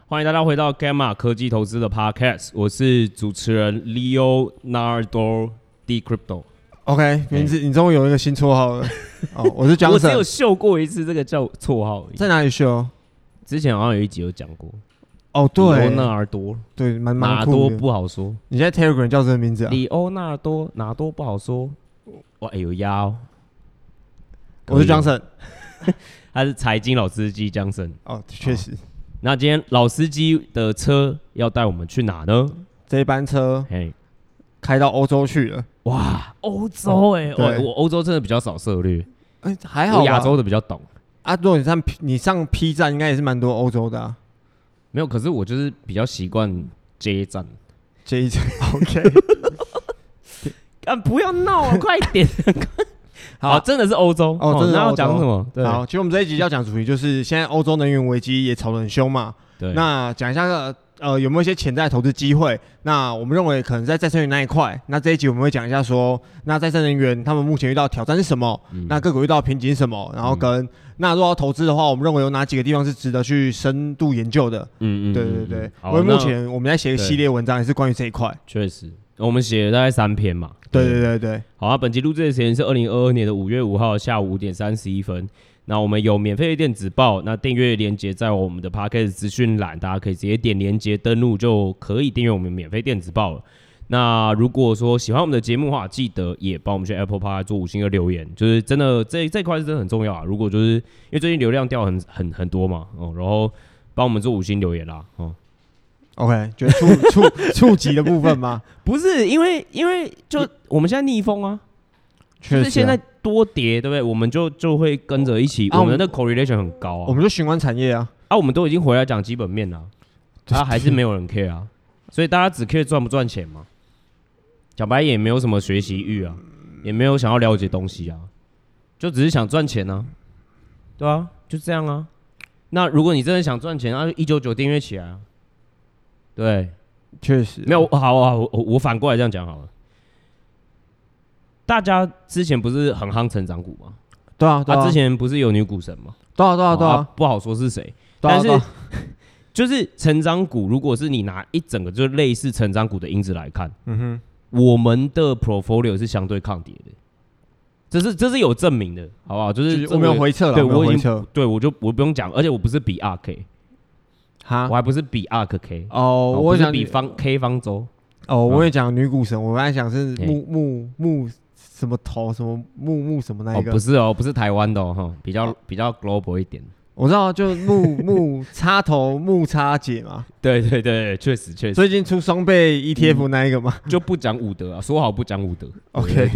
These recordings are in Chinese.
欢迎大家回到 Gamma 科技投资的 Podcast， 我是主持人 Leonardo DiCrypto。OK， 名字你终于有一个新绰号了。哦，我是Johnson。 我只有秀过一次这个叫绰号而已。 在哪里秀？ 之前好像有一集有讲过。 哦，对， 里欧纳尔多， 对，蛮哪酷的。 多不好说。 你现在 Telegram 叫这个名字啊？ 里欧纳尔多，哪多不好说。哇，有压哦。 我是Johnson， 他是财经老司机Johnson。 哦，确实。 那今天老司机的车要带我们去哪呢？ 这一班车开到欧洲去了。 哇，欧洲我欧洲真的比较少涉猎， 还好吧， 我亚洲的比较懂啊。如果你上 P 站，应该也是蛮多欧洲的啊。 没有，可是我就是比较习惯 J 站 OK 不要闹啊，快点好，真的是欧洲哦，真的那要讲什么？对， 好，其实我们这一集要讲主题就是现在欧洲能源危机也吵得很凶嘛。 对， 那讲一下有没有一些潜在的投资机会？那我们认为可能在再生能源那一块，那这一集我们会讲一下说，那再生能源他们目前遇到的挑战是什么？那个股遇到的瓶颈是什么？然后那如果要投资的话，我们认为有哪几个地方是值得去深度研究的？对。因为目前我们在写一个系列文章，也是关于这一块。 确实，我们写了大概3篇嘛。 对。 好啊，本期录制的时间是2022年5月5号下午5点31分。那我们有免费的电子报，那订阅连结在我们的 Podcast 资讯栏，大家可以直接点连结登录就可以订阅我们免费电子报了。那如果说喜欢我们的节目的话，记得也帮我们去 Apple Podcast 做5星的留言，就是真的这一块是真的很重要啊。如果就是因为最近流量掉很多嘛，然后帮我们做5星留言啦 ，OK， 就是触及的部分吗？ 不是，因为就我们现在逆风啊。就是现在多跌，对不对？我们就会跟着一起，我们的 correlation 很高啊。 我们就循环产业啊， 我们都已经回来讲基本面了，还是没有人 care 啊。所以大家只 care 赚不赚钱嘛。讲白也没有什么学习欲啊，也没有想要了解东西啊，就只是想赚钱啊，对啊，就这样啊。那如果你真的想赚钱，那就199订阅起来啊。对， 确实没有好啊，我反过来这样讲好了。大家之前不是很夯成长股吗？ 对啊， 之前不是有女股神吗？ 对啊， 不好说是谁，但是就是成长股，如果是你拿一整个就是类似成长股的因子来看，我们的 portfolio 是相对抗跌的，这是有证明的，好不好？就是我们有回测了， 对，我已经我不用讲，而且我不是比 ARK， 我还不是比 ARK 哦， 我是比K 方舟哦，我也讲女股神，我刚才讲是木什么头什么木什么那一个不是台湾的比较 global 一点。 我知道，就木插头木插姐嘛。对， 确实。 最近出双倍 ETF 那一个嘛， 就不讲武德啊，说好不讲武德。 OK，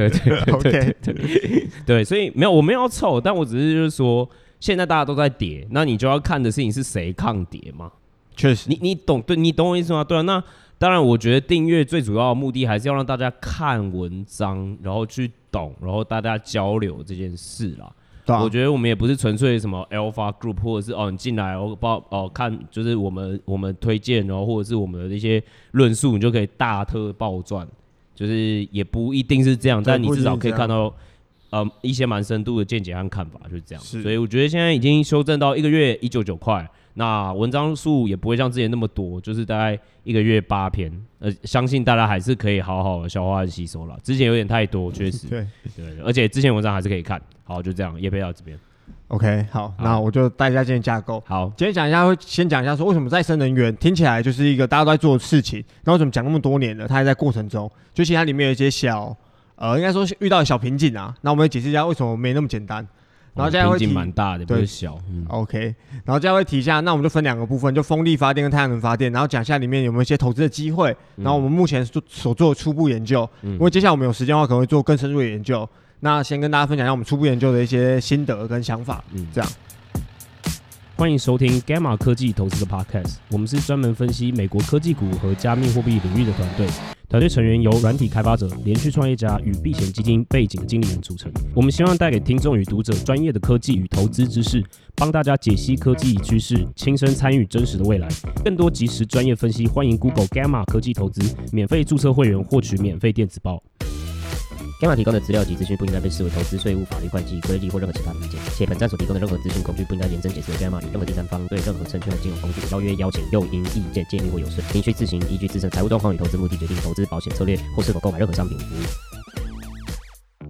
对，所以没有我没有要凑，但我只是就是说，现在大家都在跌，那你就要看的事情是谁抗跌嘛。 确实， 你懂我意思吗？对啊，那当然，我觉得订阅最主要的目的还是要让大家看文章，然后去懂，然后大家交流这件事啦。我觉得我们也不是纯粹什么 Alpha Group， 或者是你进来看就是我们推荐，然后或者是我们的一些论述，你就可以大特暴赚，就是也不一定是这样，但你至少可以看到一些蛮深度的见解和看法，就是这样。所以我觉得现在已经修正到1个月199块。那文章数也不会像之前那么多，就是大概1个月8篇，相信大家还是可以好好的消化和吸收了。之前有点太多，确实，对，而且之前文章还是可以看。好，就这样，业配到这边。 OK， 好，那我就带一下今天架构。好，今天先讲一下说为什么再生能源听起来就是一个大家都在做的事情，那为什么讲那么多年了，它还在过程中，就其实它里面有一些应该说遇到的小瓶颈啊。那我们解释一下为什么没那么简单。然后接下来会瓶颈蛮大的，不是小。 OK， 然后接下来会提一下，那我们就分2个部分，就风力发电跟太阳能发电，然后讲一下里面有没有一些投资的机会，然后我们目前所做的初步研究，因为接下来我们有时间的话，可能会做更深入的研究。那先跟大家分享一下我们初步研究的一些心得跟想法，这样。 欢迎收听 Gamma 科技投资的 Podcast， 我们是专门分析美国科技股和加密货币领域的团队。团队成员由软体开发者、连续创业家与避险基金背景的经理人组成。我们希望带给听众与读者专业的科技与投资知识，帮大家解析科技趋势，亲身参与真实的未来。更多即时专业分析，欢迎 Google Gamma 科技投资，免费注册会员获取免费电子报。 Gamma 提供的资料及资讯不应该被视为投资、税务、法律、会计、规例或任何其他意见，且本站所提供的任何资讯工具不应该延伸解释 Gamma 与任何第三方对任何证券的金融工具的邀约、邀请、诱因、意见、建议或有损，您需自行依据自身财务状况与投资目的决定投资、保险策略或是否购买任何商品服务。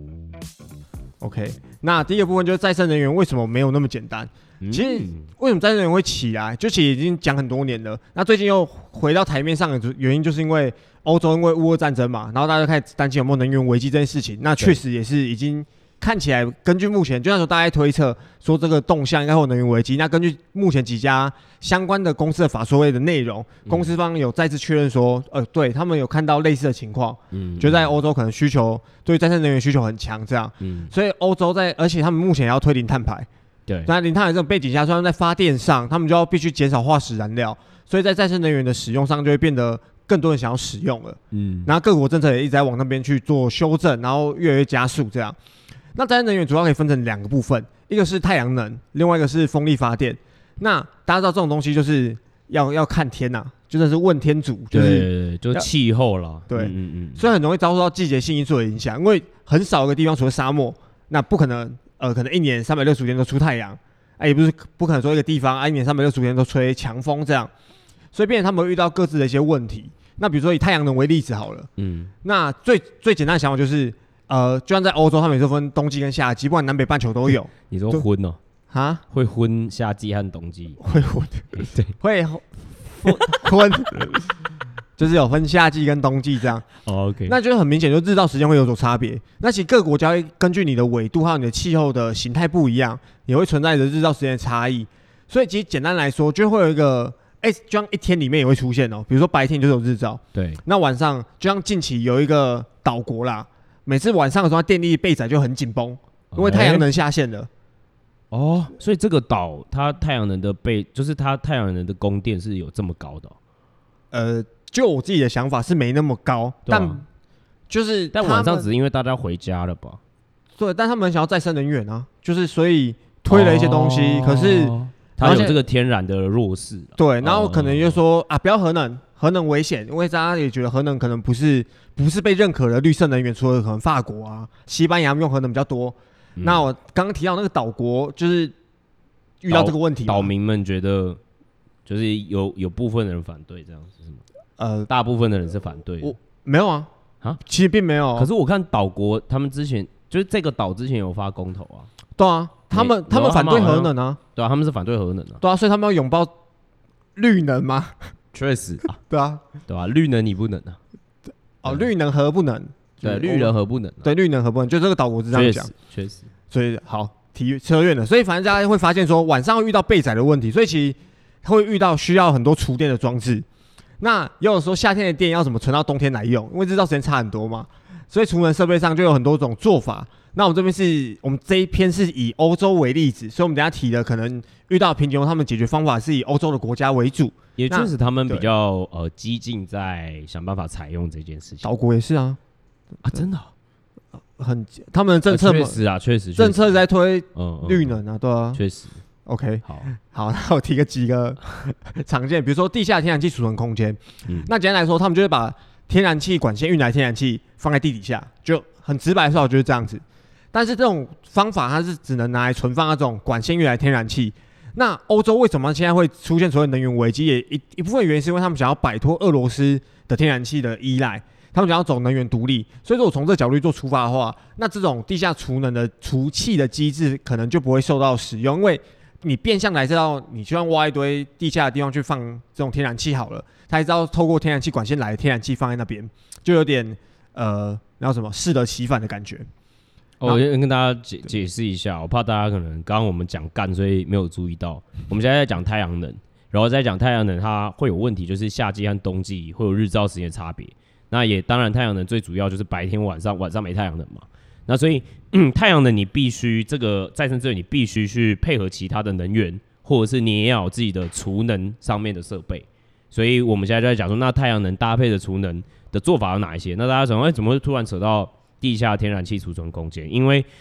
OK， 那第一个部分就是再生能源为什么没有那么简单？其实为什么再生能源会起来，就其实已经讲很多年了。那最近又回到台面上的原因，就是因为欧洲因为乌俄战争嘛，然后大家开始担心有没有能源危机这件事情。那确实也是已经看起来，根据目前就像说大家推测说这个动向应该会有能源危机。那根据目前几家相关的公司的法说会的内容，公司方有再次确认说，对他们有看到类似的情况，就在欧洲可能需求对再生能源需求很强这样。所以欧洲而且他们目前也要推零碳排。 对， 那零碳排这种背景下，虽然在发电上，他们就要必须减少化石燃料，所以在再生能源的使用上就会变得更多人想要使用了。然后各国政策也一直在往那边去做修正，然后越来越加速这样。那再生能源主要可以分成2个部分，一个是太阳能，另外一个是风力发电。那大家知道这种东西就是要看天呐，真的是问天主， 就是就气候啦。 对，所以很容易遭受到季节性因素的影响，因为很少一个地方除了沙漠，那不可能。可能1年365天都出太阳，也不可能说一个地方1年365天都吹强风这样，所以变成他们会遇到各自的一些问题。那比如说以太阳能为例子好了，那最简单的想法就是，就像在欧洲，他们也是分冬季跟夏季，不管南北半球都有。 你说昏哦？ 啊？ 会昏夏季和冬季？ 会昏， 对， 会昏。就是有分夏季跟冬季这样 ，OK， 那就很明显，就日照时间会有所差别。那其实各国家会根据你的纬度还有你的气候的形态不一样，也会存在着日照时间的差异。所以其实简单来说，就会有一个，就像一天里面也会出现哦，比如说白天就是有日照， 对， 那晚上就像近期有一个岛国啦，每次晚上的时候，电力备载就很紧绷，因为太阳能下线了。 所以这个岛它太阳能的就是它太阳能的供电是有这么高的就我自己的想法是没那么高，但晚上只是因为大家回家了吧？ 对，但他们想要再生能源啊，就是所以推了一些东西，可是它有这个天然的弱势。 对，然后可能就说不要核能，核能危险，因为大家也觉得核能可能不是被认可的绿色能源，除了可能法国啊、西班牙用核能比较多。那我刚刚提到那个岛国，就是遇到这个问题， 岛民们觉得就是有部分人反对这样子是吗？大部分的人是反对的。 我没有啊，其实并没有。 可是我看岛国他们之前就是这个岛之前有发公投啊。 对啊，他们反对核能啊。 对啊，他们是反对核能啊。 对啊，所以他们要拥抱绿能吗？ 确实啊。 对啊， 对啊，绿能你不能啊。 绿能核不能。 对，绿能核不能。 对，绿能核不能，就这个岛国是这样讲。 确实。 所以好，扯远了。所以反正大家会发现说，晚上会遇到备载的问题，所以其实会遇到需要很多储电的装置。那也有说夏天的电要怎么存到冬天来用，因为日照时间差很多嘛，所以储能设备上就有很多种做法。那我们这一篇是以欧洲为例子，所以我们等一下提的可能遇到贫穷，他们解决方法是以欧洲的国家为主， 也确实他们比较激进在想办法采用这件事情。 岛国也是啊， 真的他们的政策确实政策在推绿能啊，对啊， 确实。 OK， 好，那我提个几个常见，比如说地下天然气储存空间。那简单来说，他们就会把天然气管线运来天然气放在地底下，就很直白的说就是这样子。但是这种方法它是只能拿来存放那种管线运来天然气。那欧洲为什么现在会出现所谓能源危机？也一部分原因是因为他们想要摆脱俄罗斯的天然气的依赖，他们想要走能源独立。所以说我从这个角度做出发的话，那这种地下储能的储气的机制可能就不会受到使用，因为你变相来知道，你就算挖一堆地下的地方去放这种天然气好了，他还知道透过天然气管线来的天然气放在那边，就有点然后什么适得其反的感觉。 我先跟大家解释一下，我怕大家可能刚刚我们讲干，所以没有注意到，我们现在在讲太阳能，然后再讲太阳能它会有问题，就是夏季和冬季会有日照时间差别。那也当然太阳能最主要就是白天晚上没太阳能嘛。那所以太阳能你必须这个再生资源你必须去配合其他的能源，或者是你也要有自己的储能上面的设备。所以我们现在就在讲说，那太阳能搭配的储能的做法有哪一些？那大家想，怎么会突然扯到地下天然气储存空间？因为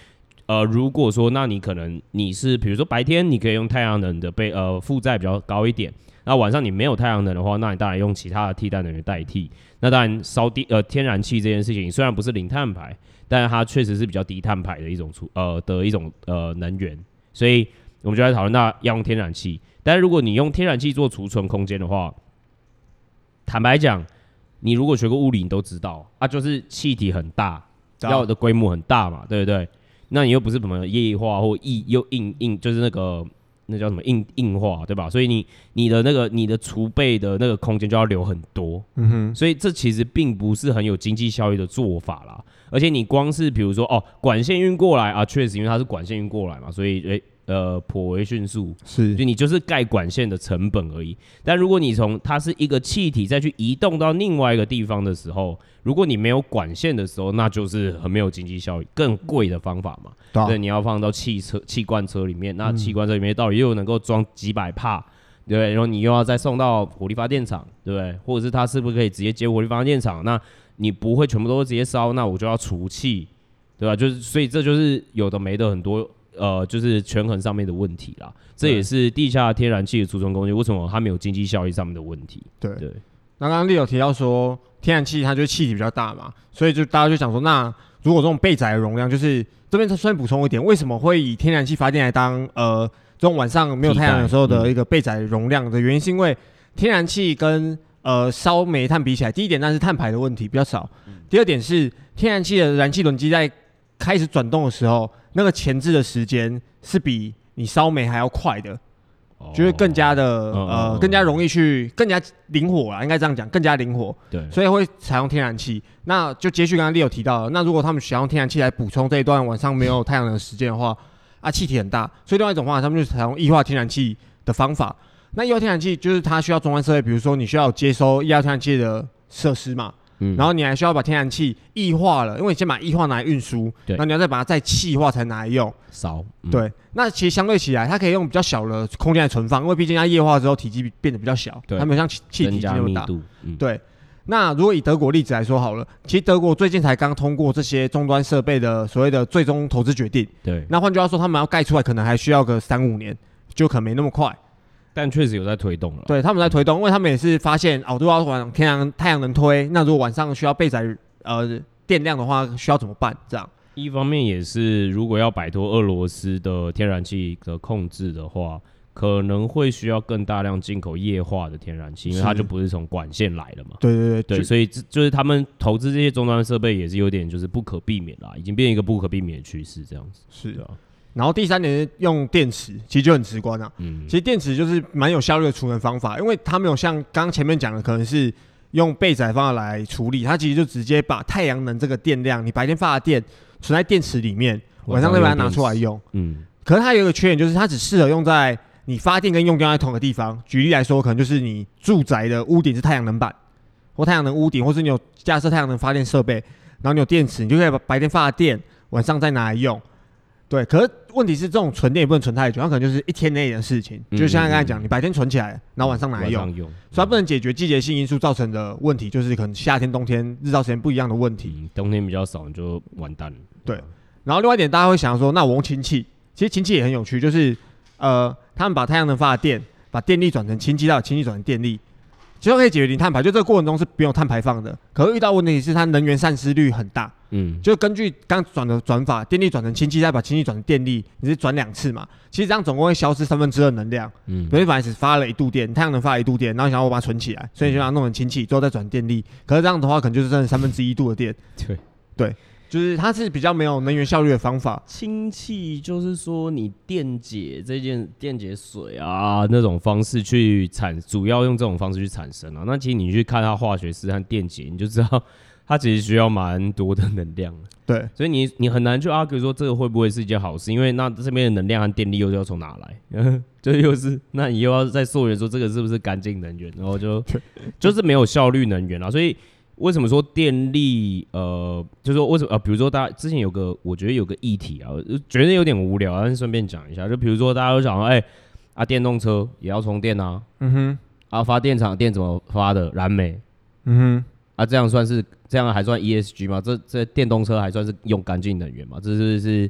如果说那你可能你是比如说白天你可以用太阳能的负载比较高一点，那晚上你没有太阳能的话，那你当然用其他的替代能源代替。那当然天然气这件事情虽然不是零碳排，但是它确实是比较低碳排的一种能源，所以我们就在讨论那要用天然气。但是如果你用天然气做储存空间的话，坦白讲，你如果学过物理，你都知道啊，就是气体很大，要的规模很大嘛，对不对？那你又不是什么液化或又硬，就是那叫什么硬化，对吧？所以你的储备的那个空间就要留很多，所以这其实并不是很有经济效益的做法啦。而且你光是比如说管线运过来啊，确实因为它是管线运过来嘛，所以颇为迅速， 是， 就你就是盖管线的成本而已。但如果你从它是一个气体再去移动到另外一个地方的时候，如果你没有管线的时候，那就是很没有经济效益，更贵的方法嘛。对，你要放到气罐车里面，那气罐车里面到底又能够装几百帕，对不对？然后你又要再送到火力发电厂，对不对？或者是它是不是可以直接接火力发电厂？那你不会全部都直接烧，那我就要除气，对吧？就是所以这就是有的没的很多。就是权衡上面的问题啦，这也是地下天然气的储存空间为什么它没有经济效益上面的问题。 对，那刚刚Leo提到说，天然气它就是气体比较大嘛，所以就大家就想说，那如果这种备载的容量，就是这边顺便补充一点，为什么会以天然气发电来当这种晚上没有太阳的时候的一个备载容量的原因，是因为天然气跟烧煤炭比起来，第一点那是碳排的问题比较少，第二点是天然气的燃气轮机在开始转动的时候，那个前置的时间是比你烧煤还要快的，就是更加的更加容易去更加灵活啦，应该这样讲，更加灵活。 对， 所以会采用天然气。那就接续刚刚Leo提到的，那如果他们想用天然气来补充这一段晚上没有太阳能的时间的话，气体很大，所以另外一种方法，他们就采用液化天然气的方法。那液化天然气就是它需要终端设备，比如说你需要接收液化天然气的设施嘛。然后你还需要把天然气液化了，因为你先把液化拿来运输，然后你要再把它再气化才拿来用烧。 对，那其实相对起来，它可以用比较小的空间来存放，因为毕竟它液化之后体积变得比较小，它没有像气体积那么大。对，那如果以德国例子来说好了，其实德国最近才刚通过这些终端设备的所谓的最终投资决定。 对， 那换句话说，他们要盖出来可能还需要个3-5年，就可能没那么快。 但确实有在推动了， 对，他们在推动，因为他们也是发现如果要往太阳能推，那如果晚上需要备载电量的话，需要怎么办？这样， 一方面也是如果要摆脱俄罗斯的天然气的控制的话，可能会需要更大量进口液化的天然气，因为它就不是从管线来的嘛。对，所以所以他们投资这些终端设备也是有点就是不可避免啦，已经变成一个不可避免的趋势这样子。 是啊。然后第三点是用电池，其实就很直观啊。其实电池就是蛮有效率的储能方法，因为它没有像刚刚前面讲的，可能是用备载方法来处理，它其实就直接把太阳能这个电量，你白天发的电存在电池里面，晚上再把它拿出来用。可是它有一个缺点，就是它只适合用在你发电跟用电在同一个地方。举例来说，可能就是你住宅的屋顶是太阳能板，或太阳能屋顶，或是你有架设太阳能发电设备，然后你有电池，你就可以把白天发的电晚上再拿来用。对，可是问题是这种存电也不能存太久，它可能就是1天内的事情。就像刚才讲，你白天存起来，然后晚上拿来用，所以它不能解决季节性因素造成的问题，就是可能夏天、冬天日照时间不一样的问题。 冬天比较少，你就完蛋了。 对，然后另外一点，大家会想说，那我用氢气，其实氢气也很有趣，就是他们把太阳能发的电，把电力转成氢气，再把氢气转成电力，其实可以解决零碳排，就这个过程中是不用碳排放的。可是遇到问题是它能源散失率很大。就根据刚转的转法，电力转成氢气，再把氢气转成电力，你是转2次嘛？其实这样总共会消失2/3能量。比如本来只发了1度电，太阳能发了1度电，然后想要我把它存起来，所以就把它弄成氢气，之后再转电力。可是这样的话，可能就是剩1/3度的电。对，就是它是比较没有能源效率的方法。 氢气就是说你电解水啊那种方式去主要用这种方式去产生啊。那其实你去看它化学式和电解，你就知道。它其实需要蛮多的能量， 对， 所以你很难去 argue 说这个会不会是一件好事，因为那这边的能量和电力又要从哪来？就又是那你又要再溯源说这个是不是干净能源，然后就是没有效率能源啊。所以为什么说电力就是说为什么比如说大家之前我觉得有个议题啊，觉得有点无聊，但是顺便讲一下，就比如说大家都讲说电动车也要充电啊，发电厂的电怎么发的？燃煤，这样还算 ESG 吗？这电动车还算是用干净能源吗？这是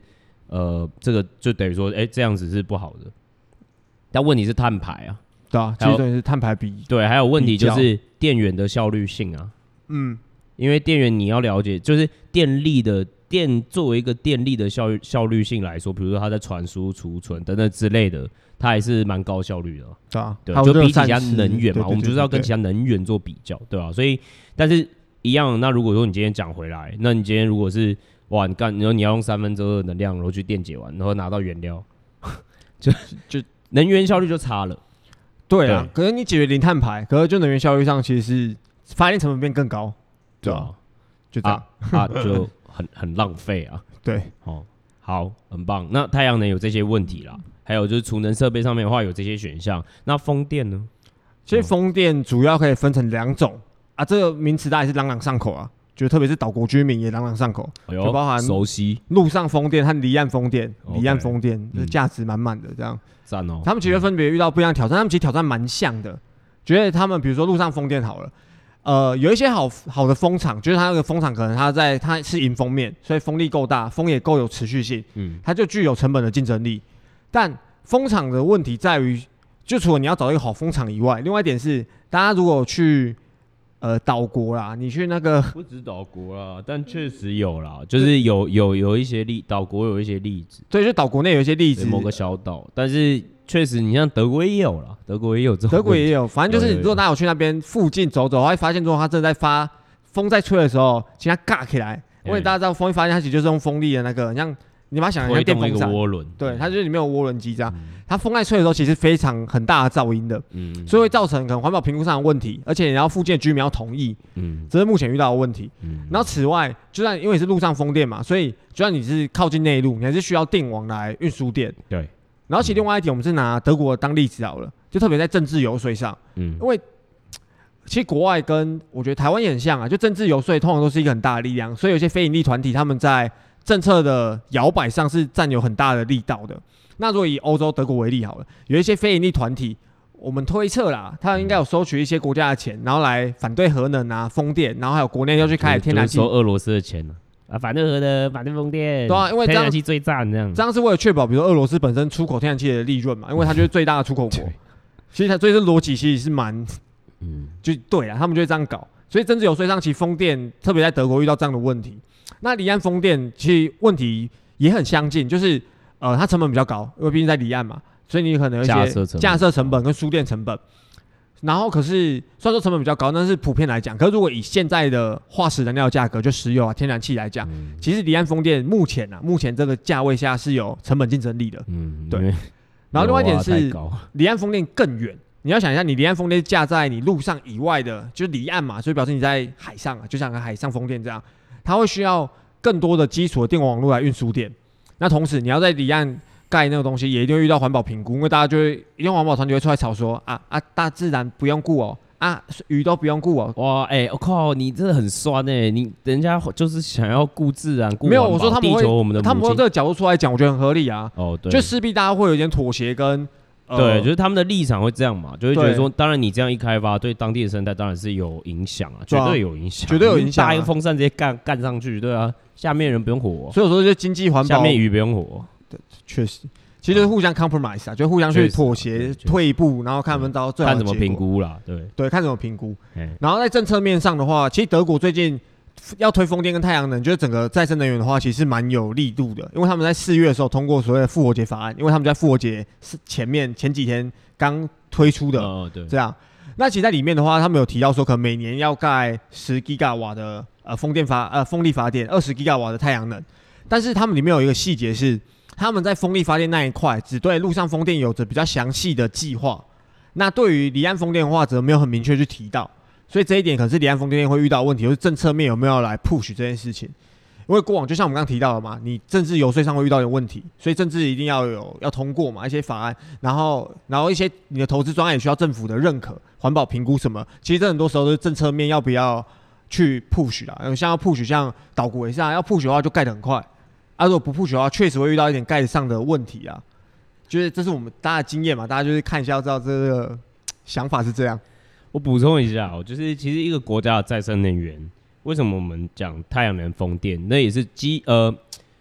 这个就等于说，这样子是不好的。但问题是碳排啊， 对啊，其实等于是碳排比对，还有问题就是电源的效率性啊，因为电源你要了解，就是作为一个电力的效率性来说，比如说它在传输、储存等等之类的，它还是蛮高效率的。 对啊， 对，就比起其他能源嘛，我们就是要跟其他能源做比较，对吧？所以，但是一样，那如果说你今天讲回来，那你今天如果是哇，然后你要用2/3能量，然后去电解完，然后拿到原料，就能源效率就差了。 对啊，可是你解决零碳排，可是就能源效率上其实是发电成本变更高，对啊，就这样就很浪费啊。 对， 好，很棒。那太阳能有这些问题啦，还有就是储能设备上面的话有这些选项。那风电呢？ 其实风电主要可以分成2种啊，这个名词大家也是朗朗上口啊，就特别是岛国居民也朗朗上口，就包含熟悉陆上风电和离岸风电。离岸风电是价值满满的这样， 赞哦。 他们其实分别遇到不一样的挑战，他们其实挑战蛮像的。觉得他们比如说陆上风电好了。有一些好的风场，就是它那个风场可能它是迎风面，所以风力够大，风也够有持续性，它就具有成本的竞争力。但风场的问题在于，就除了你要找一个好风场以外，另外一点是，大家如果去岛国啦，你去那个不止岛国啦，但确实有啦，就是有一些岛国有一些例子， 对，就岛国内有一些例子， 某个小岛，但是。确实，你像德国也有啦，德国也有这种。 德国也有，反正就是如果大家有去那边附近走走，会发现说它正在风在吹的时候，其实它尬起来。因为大家知道风一发现，它其实就是用风力的那个，像你把它想象像电风扇， 涡轮， 对，它就是里面有涡轮机这样。它风在吹的时候，其实非常很大的噪音的，所以会造成可能环保评估上的问题，而且你要附近的居民要同意，这是目前遇到的问题。然后此外，就算因为是陆上风电嘛，所以就算你是靠近内陆，你还是需要电网来运输电。 对。 然后其实另外一点，我们是拿德国当例子好了，就特别在政治游说上，因为其实国外跟我觉得台湾也很像啊，就政治游说通常都是一个很大的力量，所以有些非营利团体他们在政策的摇摆上是占有很大的力道的。那如果以欧洲德国为例好了，有一些非营利团体，我们推测啦，他们应该有收取一些国家的钱，然后来反对核能啊、风电，然后还有国内要去开天然气， 收俄罗斯的钱反对核能，反对风电， 对啊，因为天然气最赞这样。 这样是为了确保，比如说俄罗斯本身出口天然气的利润嘛，因为它就是最大的出口国。其实它所以这逻辑其实是蛮，就对啊，他们就会这样搞。所以政治游说上，其实风电特别在德国遇到这样的问题。那离岸风电其实问题也很相近，就是它成本比较高，因为毕竟在离岸嘛，所以你可能有一些架设成本跟输电成本。然后可是虽然说成本比较高，但是普遍来讲，可是如果以现在的化石燃料价格，就石油啊、天然气来讲，其实离岸风电目前这个价位下是有成本竞争力的，对。然后另外一点是离岸风电更远，你要想一下，你离岸风电架在你陆上以外的，就是离岸嘛，所以表示你在海上就像海上风电这样，它会需要更多的基础的电网络来运输电。那同时你要在离岸盖那个东西也一定会遇到环保评估，因为大家就会一定环保团体会出来吵说大自然不用顾哦，鱼都不用顾哦。 哇，我靠，你真的很酸你人家就是想要顾自然，顾没有，我说他们会， 我们的他们会这个角度出来讲，我觉得很合理啊。 对， 就势必大家会有一点妥协跟对，就是他们的立场会这样嘛，就会觉得说，当然你这样一开发，对当地的生态当然是有影响绝对有影响， 绝对有影响。 搭一个风扇直接干上去，对啊，下面人不用活， 所以我说就经济环保， 下面鱼不用活。 对，确实，其实就是互相 compromise 啊，就互相去妥协、退一步，然后看他们到最好的结果。 看怎么评估啦， 对，看怎么评估。然后在政策面上的话，其实德国最近要推风电跟太阳能，就是整个再生能源的话，其实是蛮有力度的，因为他们在4月的时候通过所谓的复活节法案，因为他们在复活节前几天刚推出的，对，这样。那其实在里面的话，他们有提到说，可能每年要盖10 GW 的风力发电，20 GW 的太阳能。但是他们里面有一个细节是，他们在风力发电那一块只对陆上风电有着比较详细的计划，那对于离岸风电的话，则没有很明确去提到。所以这一点可能是离岸风电会遇到的问题，就是政策面有没有来 push 这件事情。因为过往就像我们刚刚提到的嘛，你政治游说上会遇到的问题，所以政治一定要通过嘛，一些法案，然后一些你的投资专案也需要政府的认可，环保评估什么，其实这很多时候都是政策面要不要去 push 啦。像要 push， 像岛国也是要 push 的话就盖得很快，如果不 push 的话，确实会遇到一点盖得上的问题啊。就是这是我们大家的经验嘛，大家就是看一下就知道这个想法是这样。 我补充一下就是其实一个国家的再生能源，为什么我们讲太阳能、风电，那也是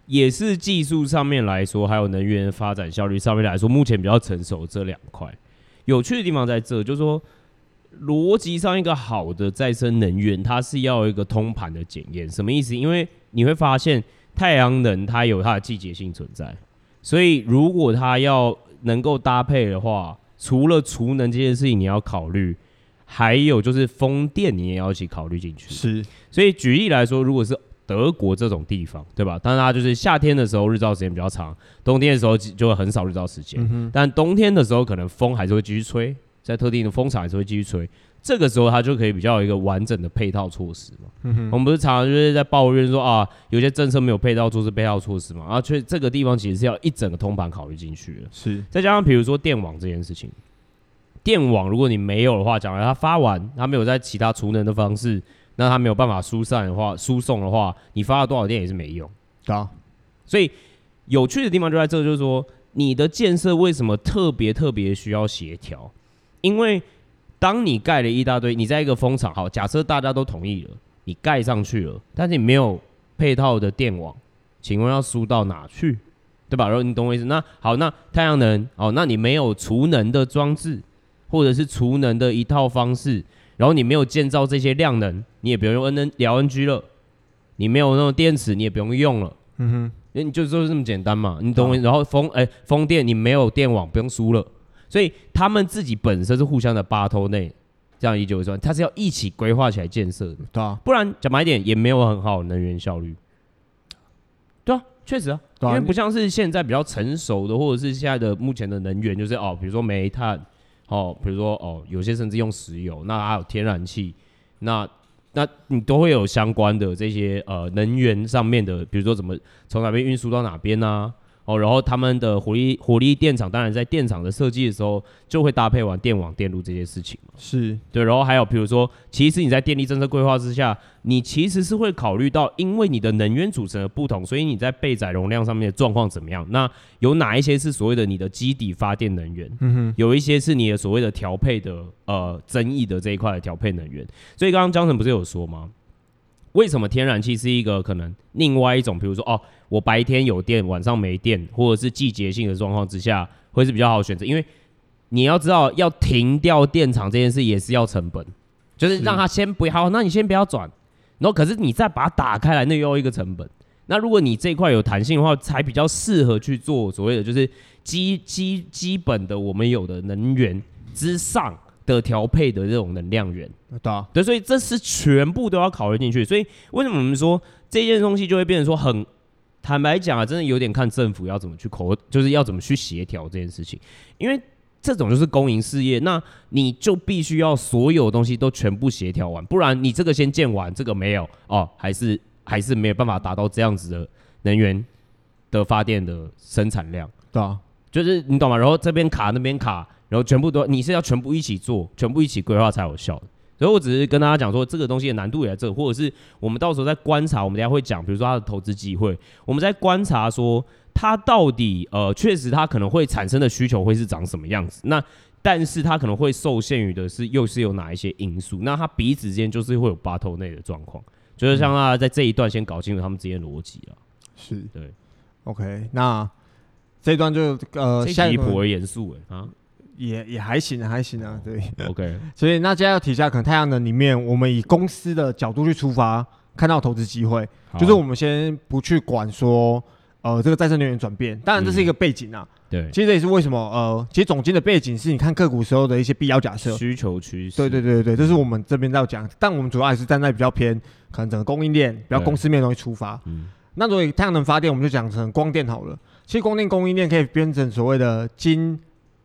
也是技术上面来说，还有能源发展效率上面来说，目前比较成熟这2块。有趣的地方在这，就是说逻辑上一个好的再生能源，它是要有一个通盘的检验。什么意思？因为你会发现太阳能它有它的季节性存在，所以如果它要能够搭配的话，除了储能这件事情你要考虑，还有就是风电你也要一起考虑进去。 是， 所以举例来说，如果是德国这种地方，对吧？当然它就是夏天的时候日照时间比较长，冬天的时候就会很少日照时间。但冬天的时候可能风还是会继续吹，在特定的风场还是会继续吹。这个时候它就可以比较有一个完整的配套措施嘛。我们不是常常就是在抱怨说啊，有些政策没有配套措施嘛，啊，所以这个地方其实是要一整个通盘考虑进去的。 是， 再加上比如说电网这件事情，电网如果你没有的话，假如它发完，它没有在其他储能的方式。那它没有办法输送的话，你发了多少电也是没用。 对啊， 所以有趣的地方就在这，就是说你的建设为什么特别需要协调？因为当你盖了一大堆，你在一个风场，好，假设大家都同意了，你盖上去了，但是你没有配套的电网，请问要输到哪去？对吧？然后你懂我意思？那好，那太阳能，哦，那你没有储能的装置，或者是储能的一套方式。然后你没有建造这些量能，你也不用用LNG 了。你没有那种电池，你也不用用了。因为你就是这么简单嘛，你懂我？然后风电你没有电网，不用输了。所以他们自己本身是互相的battle内，这样理解为说，它是要一起规划起来建设的。 对啊， 不然讲白一点也没有很好的能源效率。对啊，确实啊，因为不像是现在比较成熟的，或者是现在的目前的能源，就是比如说煤炭。比如说有些甚至用石油，那还有天然气，那你都会有相关的这些能源上面的，比如说怎么从哪边运输到哪边啊，然后他们的火力电厂，当然在电厂的设计的时候就会搭配完电网电路这些事情嘛， 是对，然后还有比如说，其实你在电力政策规划之下，你其实是会考虑到，因为你的能源组成的不同，所以你在备载容量上面的状况怎么样？那有哪一些是所谓的你的基底发电能源？有一些是你的所谓的调配的争议的这一块的调配能源。所以刚刚江晨不是有说吗？为什么天然气是一个可能另外一种，比如说我白天有电，晚上没电，或者是季节性的状况之下，会是比较好的选择，因为你要知道，要停掉电厂这件事也是要成本，就是让它先不要，那你先不要转，然后可是你再把它打开来，那又要一个成本。那如果你这一块有弹性的话，才比较适合去做所谓的就是基本的我们有的能源之上的调配的这种能量源。 对， 所以这是全部都要考虑进去。所以为什么我们说这件东西就会变成说很坦白讲啊，真的有点看政府要怎么去就是要怎么去协调这件事情，因为这种就是公营事业，那你就必须要所有东西都全部协调完，不然你这个先建完，这个没有还是没有办法达到这样子的能源的发电的生产量。 对啊， 就是你懂吗？然后这边卡那边卡，然后全部都你是要全部一起做，全部一起规划才有效的。所以我只是跟大家讲说，这个东西的难度也在这，或者是我们到时候在观察，我们等一下会讲，比如说它的投资机会，我们在观察说它到底确实它可能会产生的需求会是长什么样子，那但是它可能会受限于的是又是有哪一些因素，那它彼此之间就是会有battle内的状况，就是像大家在这一段先搞清楚他们之间的逻辑了。 是， 对 ，OK， 那这一段就这一集颇为严肃啊。 也还行啊，还行啊，对 ，OK。 所以那接下来要提一下，可能太阳能里面，我们以公司的角度去出发，看到投资机会，就是我们先不去管说，这个再生能源转变，当然这是一个背景啊。 对， 其实这也是为什么，其实总经的背景是你看个股时候的一些必要假设， 需求趋势。 对，这是我们这边要讲，但我们主要还是站在比较偏可能整个供应链、比较公司面的东西出发。那如果太阳能发电，我们就讲成光电好了。其实光电供应链可以编成所谓的金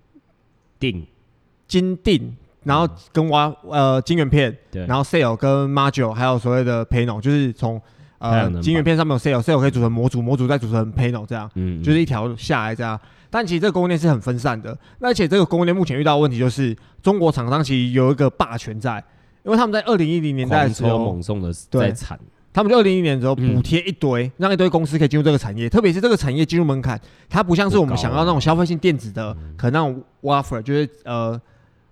锭，然后跟晶圆片，然后 cell 跟 module， 还有所谓的 panel， 就是从晶圆片上面有 cell 可以组成模组再组成 panel， 这样，就是一条下来这样。但其实这个供应链是很分散的，而且这个供应链目前遇到的问题就是中国厂商其实有一个霸权在，因为他们在2010年代的时候狂抽猛送的在产。 他们在2010年的时候补贴一堆，让一堆公司可以进入这个产业，特别是这个产业进入门槛，它不像是我们想要那种消费性电子的，可能那种 wafer 就是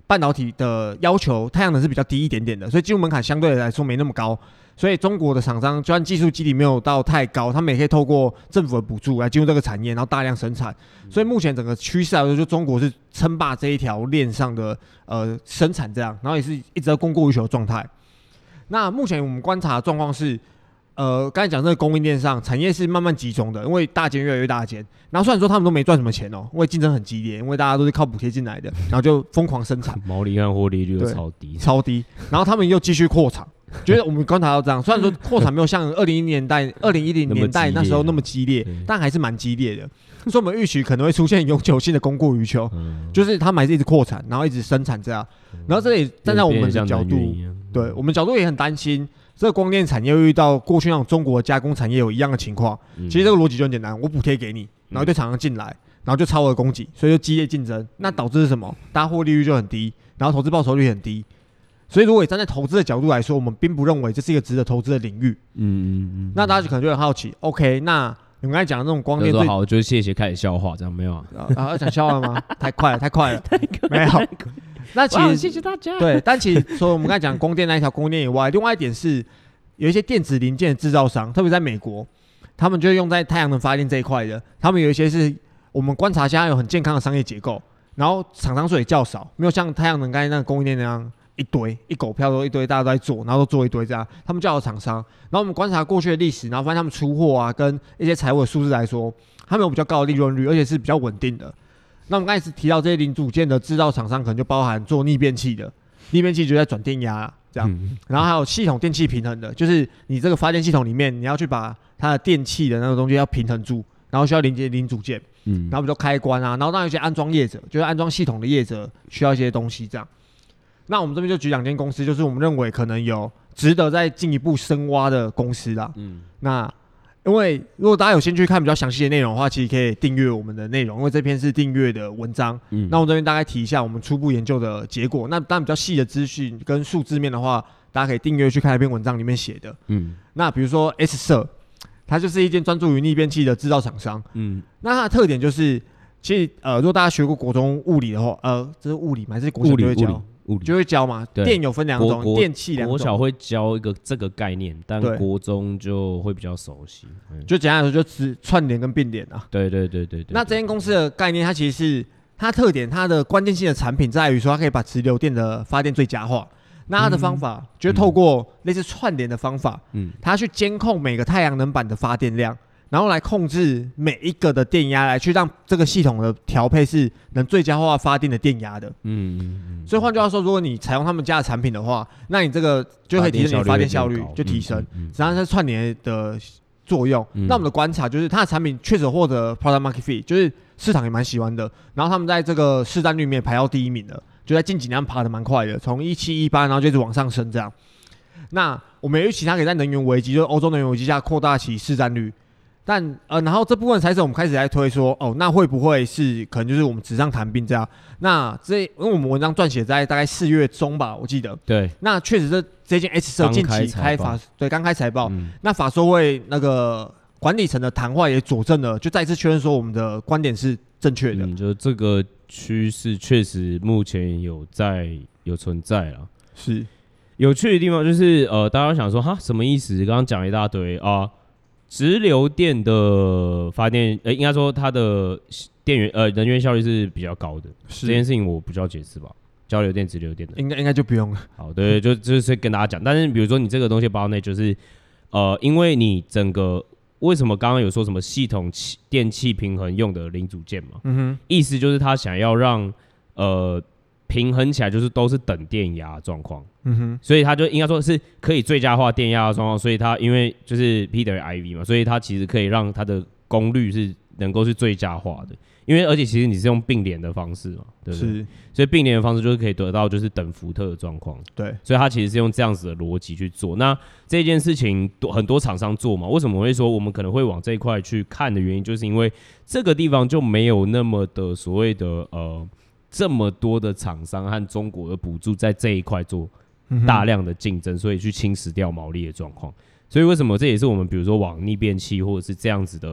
半导体的要求，太阳能是比较低一点点的，所以进入门槛相对来说没那么高。所以中国的厂商，就算技术基底没有到太高，他们也可以透过政府的补助来进入这个产业，然后大量生产。所以目前整个趋势来说，就中国是称霸这一条链上的生产这样，然后也是一直在供过于求的状态。那目前我们观察的状况是，刚才讲这个供应链上，产业是慢慢集中的，因为大间越来越大间。然后虽然说他们都没赚什么钱哦，因为竞争很激烈，因为大家都是靠补贴进来的，然后就疯狂生产， 毛利和获利率都超低， 超低。然后他们又继续扩厂。觉得我们观察到这样，虽然说扩产没有像2010年代那时候那么激烈，但还是蛮激烈的。所以我们预期可能会出现永久性的供过于求，就是他们还是一直扩产，然后一直生产这样。然后这也站在我们的角度，对我们角度也很担心，这个光电产业遇到过去那种中国加工产业有一样的情况。其实这个逻辑就很简单，我补贴给你，然后对厂商进来，然后就超额供给，所以就激烈竞争。那导致是什么？大家获利率就很低，然后投资报酬率很低。所以，如果站在投资的角度来说，我们并不认为这是一个值得投资的领域。那大家可能就很好奇 ，OK， 那你们刚才讲的那种光电， 好，就是谢谢开始笑话，这样没有啊？ 要讲笑话吗？太快了，没有。那其实谢谢大家。 对，但其实除了我们刚才讲光电那一条供应链以外，另外一点是有一些电子零件的制造商，特别在美国，他们就用在太阳能发电这一块的，他们有一些是我们观察下有很健康的商业结构，然后厂商数也较少，没有像太阳能刚才那个供应链那样。一堆一狗票都一堆，大家都在做，然后都做一堆这样。他们叫的厂商，然后我们观察过去的历史，然后发现他们出货啊，跟一些财务的数字来说，他们有比较高的利润率，而且是比较稳定的。那我们刚才提到这些零组件的制造厂商，可能就包含做逆变器的，逆变器就在转电压这样，然后还有系统电气平衡的，就是你这个发电系统里面，你要去把它的电器的那个东西要平衡住，然后需要连接零组件，然后比如说开关啊，然后当然有些安装业者，就是安装系统的业者需要一些东西这样。那我们这边就举2间公司，就是我们认为可能有值得再进一步深挖的公司啦。那因为如果大家有兴趣看比较详细的内容的话，其实可以订阅我们的内容，因为这篇是订阅的文章。那我这边大概提一下我们初步研究的结果。那当然比较细的资讯跟数字面的话，大家可以订阅去看那篇文章里面写的。那比如说 S 社，它就是一间专注于逆变器的制造厂商。那它的特点就是，其实如果大家学过国中物理的话，这是物理吗？还是国小就会教？就会教嘛，电有分2种，电器2种。 国小会教一个这个概念，但国中就会比较熟悉。 就简单来说，就只串联跟并联啊。 对。 那这间公司的概念，它其实是它特点，它的关键性的产品在于说，它可以把直流电的发电最佳化。那它的方法就是透过类似串联的方法，它去监控每个太阳能板的发电量。然后来控制每一个的电压，来去让这个系统的调配是能最佳化发电的电压的。所以换句话说，如果你采用他们家的产品的话，那你这个就可以提升你的发电效率，就提升，实际上是串联的作用。那我们的观察就是，它的产品确实获得 product market fit， 就是市场也蛮喜欢的。然后他们在这个市占率里面排到第1名了，就在近几年爬得蛮快的，从17、18，然后就一直往上升这样。那我们也预期它可以在能源危机，就是欧洲能源危机下扩大其市占率。但然后这部分才是我们开始在推说，那会不会是可能就是我们纸上谈兵这样？那因为我们文章撰写在大概4月中吧，我记得。 对。 那确实这间 S 社近期刚开财报，那法说会那个管理层的谈话也佐证了，就再次确认说我们的观点是正确的。 就这个趋势确实目前有存在啦。 是。有趣的地方就是大家想说哈什么意思？刚刚讲一大堆啊。直流电的发电，应该说它的能源效率是比较高的。这件事情我不需要解释吧？交流电、直流电的， 应该就不用了。 好，对，就是跟大家讲。但是比如说你这个东西包内，就是因为你整个为什么刚刚有说什么系统电气平衡用的零组件嘛？意思就是他想要让平衡起来，就是都是等电压状况。所以它就应该说是可以最佳化电压的状况，所以它因为就是 P 等于 IV 嘛，所以它其实可以让它的功率是能够是最佳化的，因为而且其实你是用并联的方式嘛，对不对？是，所以并联的方式就是可以得到就是等伏特的状况，对，所以它其实是用这样子的逻辑去做。那这件事情很多厂商做嘛，为什么我会说我们可能会往这一块去看的原因，就是因为这个地方就没有那么的所谓的这么多的厂商和中国的补助在这一块做大量的竞争，所以去侵蚀掉毛利的状况。所以为什么这也是我们比如说往逆变器或者是这样子的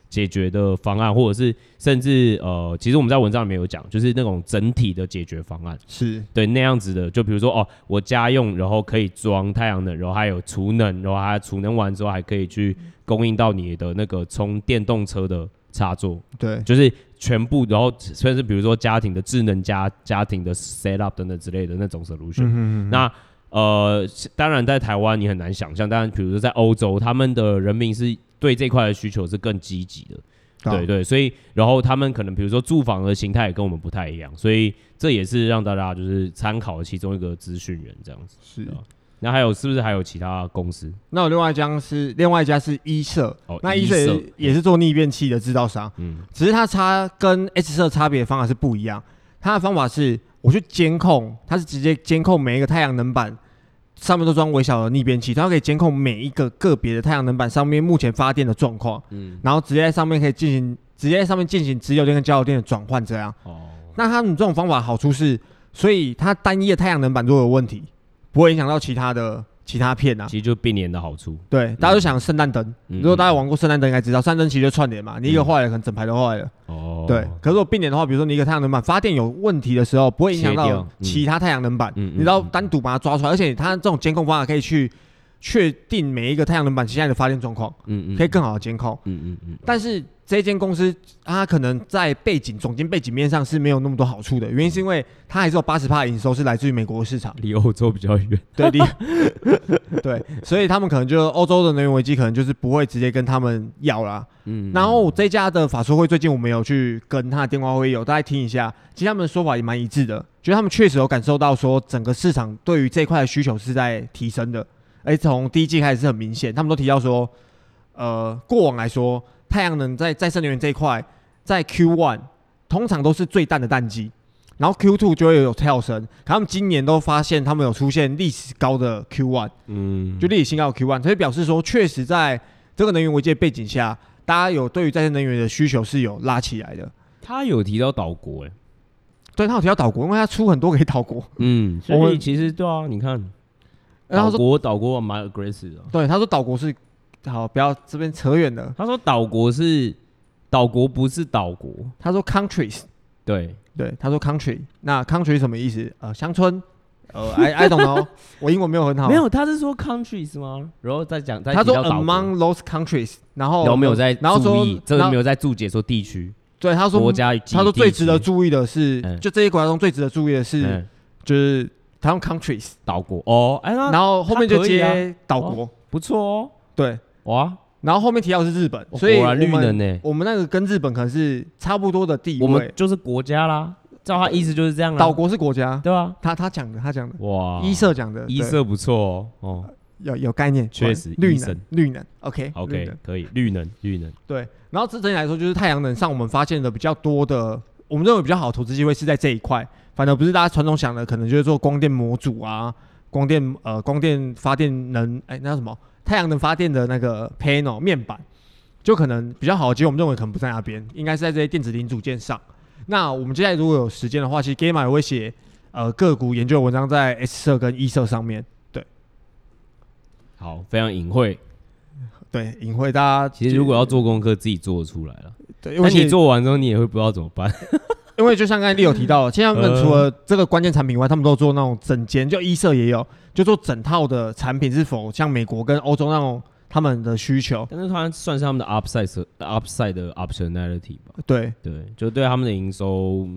解决的方案，或者是甚至其实我们在文章里面有讲，就是那种整体的解决方案， 是对那样子的。就比如说我家用，然后可以装太阳能，然后还有储能，然后它储能完之后还可以去供应到你的那个充电动车的插座， 对， 就是全部，然后甚至比如说家庭的智能家庭的 setup 等等之类的那种 solution。那当然在台湾你很难想象，当然比如说在欧洲，他们的人民是对这块的需求是更积极的，对对，所以然后他们可能比如说住房的形态也跟我们不太一样，所以这也是让大家就是参考的其中一个资讯源这样子。 是。 那是不是还有其他公司？ 那有另外一家是一社，那一社也是做逆变器的制造商，只是它跟 S 社差别的方法是不一样。它的方法是我去监控，它是直接监控每一个太阳能板上面都装微小的逆变器，它可以监控每一个个别的太阳能板上面目前发电的状况，然后直接在上面直接在上面进行直流电跟交流电的转换，这样。那他们这种方法好处是，所以它单一的太阳能板如果有问题，不会影响到其他片啊， 其实就并联的好处。 对，大家都想圣诞灯，如果大家玩过圣诞灯，应该知道，圣诞灯其实就串联嘛，你一个坏了，可能整排都坏了。对。可是如果并联的话，比如说你一个太阳能板发电有问题的时候，不会影响到其他太阳能板，你只要单独把它抓出来，而且它这种监控方法可以去确定每一个太阳能板现在的发电状况，可以更好的监控。但是这间公司它可能在总经背景面上是没有那么多好处的，原因是因为它还是有80%营收是来自于美国的市场， 离欧洲比较远。 对，对，所以他们可能就欧洲的能源危机可能就是不会直接跟他们要啦。然后这家的法说会最近我们有去跟他的电话会议有大家听一下，其实他们的说法也蛮一致的，觉得他们确实有感受到说整个市场对于这一块的需求是在提升的，而且从第一季开始是很明显，他们都提到说，过往来说，太阳能在再生能源这一块，在 Q1 通常都是最淡的淡季，然后 Q2 就会有跳升。可他们今年都发现他们有出现历史高的 Q1，就历史新高的 Q1，所以表示说，确实在这个能源危机的背景下，大家有对于再生能源的需求是有拉起来的。 他有提到岛国， 对，他有提到岛国，因为他出很多给岛国。 所以其实对啊，你看，岛国蛮 aggressive 的。 对，他说岛国是。好，不要这边扯远了。 他说岛国不是岛国， 他说 countries。对，他说 country。那 country 什么意思？乡村。I don't know， 我英文没有很好。 没有，他是说 countries 吗？然后再讲， 他说 among those countries， 然后没有在注意，这个没有在注解说地区。 对，他说国家， 他说最值得注意的是，就这些国家中最值得注意的是，就是他用 countries 岛国然后后面就接岛国， 不错哦。 对。 哇， 然后后面提到的是日本，所以我们那个跟日本可能是差不多的地位， 我们就是国家啦。照他意思就是这样啦。 岛国是国家， 对吧？ 他讲的， 哇， 一社讲的， 一社不错哦。 有概念， 确实， 绿能 ，OK， 可以，绿能。 对，然后整体来说，就是太阳能上我们发现的比较多的，我们认为比较好的投资机会是在这一块，反而不是大家传统想的，可能就是做光电模组啊，光电发电能，那叫什么？太阳能发电的那个 panel 面板，就可能比较好的机会，我们认为可能不在那边，应该是在这些电子零组件上。那我们接下来如果有时间的话，其实 Gamma 也会写个股研究的文章在 S 社跟 E 社上面。对， 好，非常隐晦。 对，隐晦，大家其实如果要做功课，自己做得出来了。 对， 但你做完之后，你也会不知道怎么办。 因为就像刚才Leo提到，现在他们除了这个关键产品外，他们都做那种整间，就一社也有，就做整套的产品，是否像美国跟欧洲那种他们的需求。 但是它算是他们的 upside 的 optionality 吧？ 对， 就对他们的营收，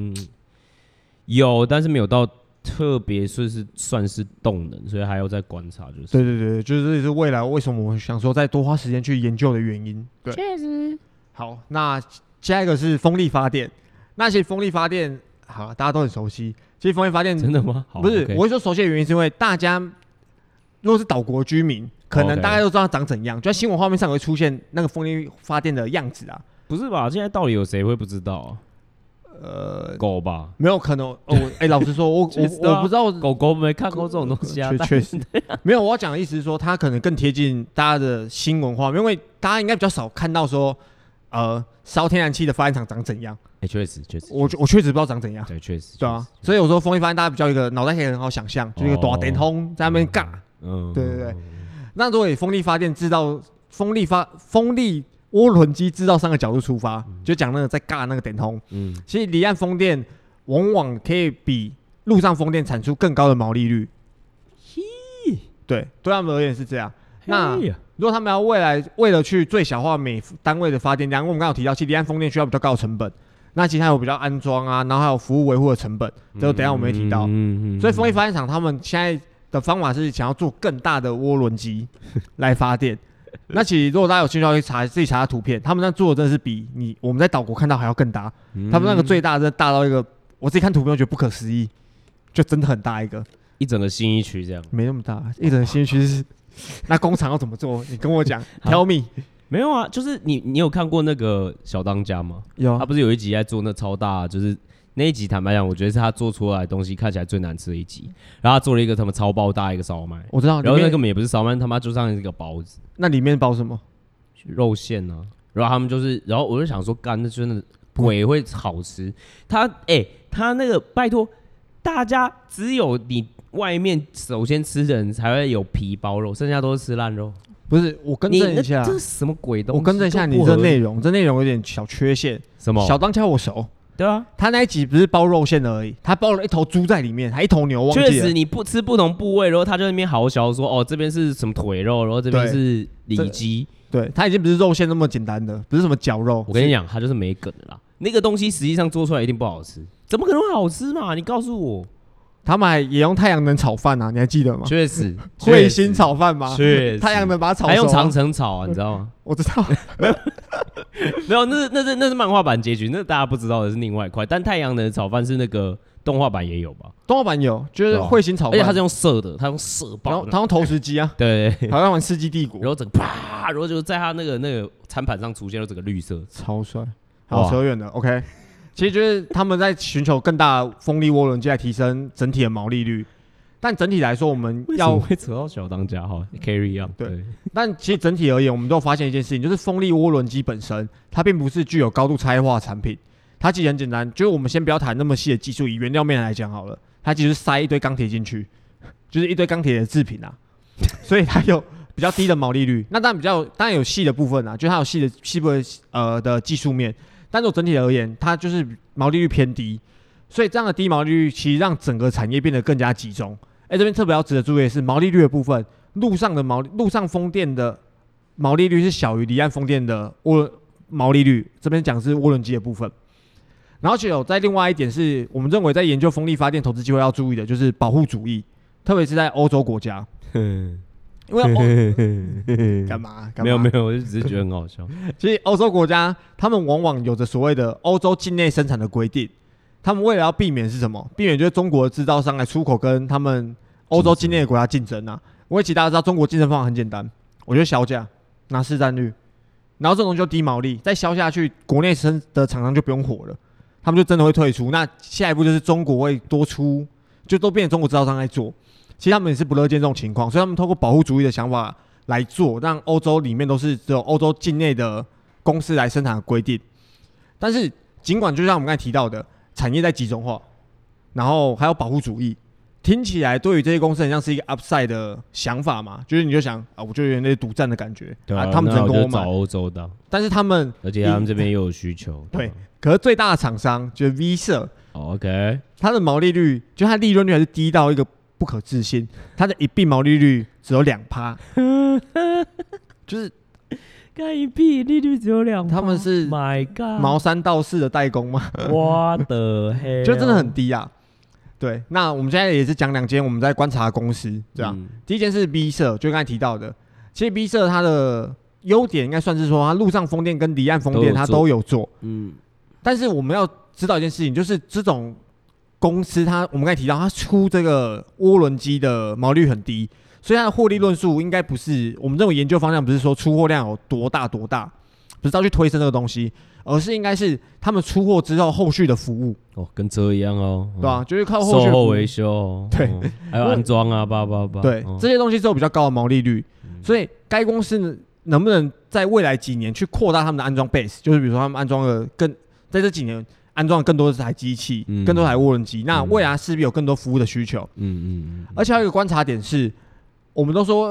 有，但是没有到特别算是动能，所以还要再观察。就是对，就是这也是未来为什么我们想说再多花时间去研究的原因。对， 确实。 好，那下一个是风力发电。那些风力发电，好，大家都很熟悉。其实风力发电真的吗？ 不是，我会说熟悉的原因是因为大家如果是岛国居民，可能大概都知道它长怎样，就在新闻画面上会出现那个风力发电的样子啊。 不是吧？现在到底有谁会不知道啊？狗吧？ 没有可能。老实说，我不知道， 狗没看过这种东西啊。 确实没有。我要讲的意思是说，它可能更贴近大家的新闻画面，因为大家应该比较少看到说，烧天然气的发电厂长怎样。 确实， 我确实不知道长怎样。 对，确实， 对啊。所以有时候风力发电大家比较一个脑袋可以很好想象，就是一个大电筒在那边尬。对。那如果以风力发电制造风力， 涡轮机制造商的角度出发，就讲那个在尬那个电通，其实离岸风电往往可以比陆上风电产出更高的毛利率。对，对他们而言是这样。那如果他们要为了去最小化每单位的发电量，因为我们刚刚有提到，其实离岸风电需要比较高的成本，那其实还有比较安装啊，然后还有服务维护的成本，这个等一下我们会提到。所以风力发电厂他们现在的方法是想要做更大的涡轮机来发电。那其实如果大家有兴趣，自己查图片，他们那做的真的是比我们在岛国看到还要更大。他们那个最大真的大到一个，我自己看图片我觉得不可思议，就真的很大一个。 一整个信义区这样， 没那么大，一整个信义区是。那工厂要怎么做？你跟我讲 ，Tell me。 没有啊，就是你有看过那个小当家吗？ 有， 他不是有一集在做那超大，就是那一集坦白讲，我觉得是他做出来的东西看起来最难吃的一集。然后他做了一个他们超爆大一个烧麦， 我知道， 然后那根本也不是烧麦，他妈就像一个包子。 那里面包什么？ 肉馅啊。然后他们就是，然后我就想说，干，那真的鬼会好吃。他那个拜托大家，只有你外面首先吃的人才会有皮包肉，剩下都是吃烂肉。 不是，我更正一下， 这是什么鬼东西？ 我更正一下你这内容，这内容有点小缺陷。 什么？ 小当家我熟。 对啊， 他那一集不是包肉馅而已，他包了一头猪在里面，还一头牛，忘记了。 确实，你不吃不同部位，然后他就在那边豪笑说：“哦，这边是什么腿肉，然后这边是里脊。” 对，他已经不是肉馅那么简单的，不是什么绞肉。 我跟你讲，他就是没梗的啦。那个东西实际上做出来一定不好吃，怎么可能会好吃嘛？你告诉我。 他们也用太阳能炒饭啊，你还记得吗？ 确实， 彗星炒饭吗？ 确实， 太阳能把它炒熟， 还用长城炒啊，你知道吗？ 我知道， 没有，那是漫画版结局，那大家不知道的是另外一块。但太阳能炒饭是那个动画版也有吧？ 动画版有，就是彗星炒饭， 而且它是用射的，它用射爆， 他用投石机啊， 对， 好像玩《世纪帝国》， 然后整个啪，然后就在它那个餐盘上出现了整个绿色， 超帅。好，扯远了 ，OK。其实就是他们在寻求更大的风力涡轮机来提升整体的毛利率，但整体来说，我们要会扯到小当家哈 ，carry on 对。但其实整体而言，我们都发现一件事情，就是风力涡轮机本身，它并不是具有高度差异化的产品。它其实很简单，就是我们先不要谈那么细的技术，以原料面来讲好了，它其实塞一堆钢铁进去，就是一堆钢铁的制品啊，所以它有比较低的毛利率。那当然有细的部分啊，就它有细部的技术面。但是整体而言，它就是毛利率偏低，所以这样的低毛利率其实让整个产业变得更加集中。这边特别要值得注意的是毛利率的部分，陆上风电的毛利率是小于离岸风电的毛利率，这边讲是涡轮机的部分。然后有在另外一点是我们认为在研究风力发电投资机会要注意的，就是保护主义，特别是在欧洲国家。因为干嘛？ 没有，我就只是觉得很好笑。 其实欧洲国家他们往往有着所谓的欧洲境内生产的规定，他们为了要避免是什么？避免就是中国的制造商来出口跟他们欧洲境内的国家竞争啊。因为其实大家知道中国竞争方法很简单，我觉得小价拿市占率，然后这种就低毛利，再销下去，国内生的厂商就不用活了，他们就真的会退出。那下一步就是中国会多出，就都变成中国制造商来做。其实他们也是不乐见这种情况，所以他们透过保护主义的想法来做，让欧洲里面都是只有欧洲境内的公司来生产的规定。但是尽管就像我们刚才提到的，产业在集中化，然后还有保护主义，听起来对于这些公司很像是一个 upside 的想法嘛，就是你就想啊，我就有点那独占的感觉， 对啊， 他们只能跟我买。 找欧洲的， 但是他们， 而且他们这边又有需求， 对。可是最大的厂商就是 V 社 ，OK， 它的毛利率，就它利润率还是低到一个不可置信，它的一币毛利率只有2%，就是干一币利率只有2%， 他们是 My God 毛三到四的代工吗？ 我的黑， 就真的很低啊。对，那我们现在也是讲2间我们在观察的公司，这样。第一间是 B 社，就刚才提到的，其实 B 社它的优点应该算是说，它陆上风电跟离岸风电它都有做，但是我们要知道一件事情，就是这种公司我们刚才提到，它出这个涡轮机的毛利率很低，所以它的获利论述应该不是我们认为研究方向不是说出货量有多大，不是要去推升这个东西，而是应该是他们出货之后后续的服务跟车一样对吧？就是靠后续售后维修， 对， 还有安装啊， 对，这些东西都有比较高的毛利率，所以该公司能不能在未来几年去扩大他们的安装 base， 就是比如说他们安装了在这几年安装了更多的台机器，更多台涡轮机，那未来势必有更多服务的需求。而且还有一个观察点是，我们都说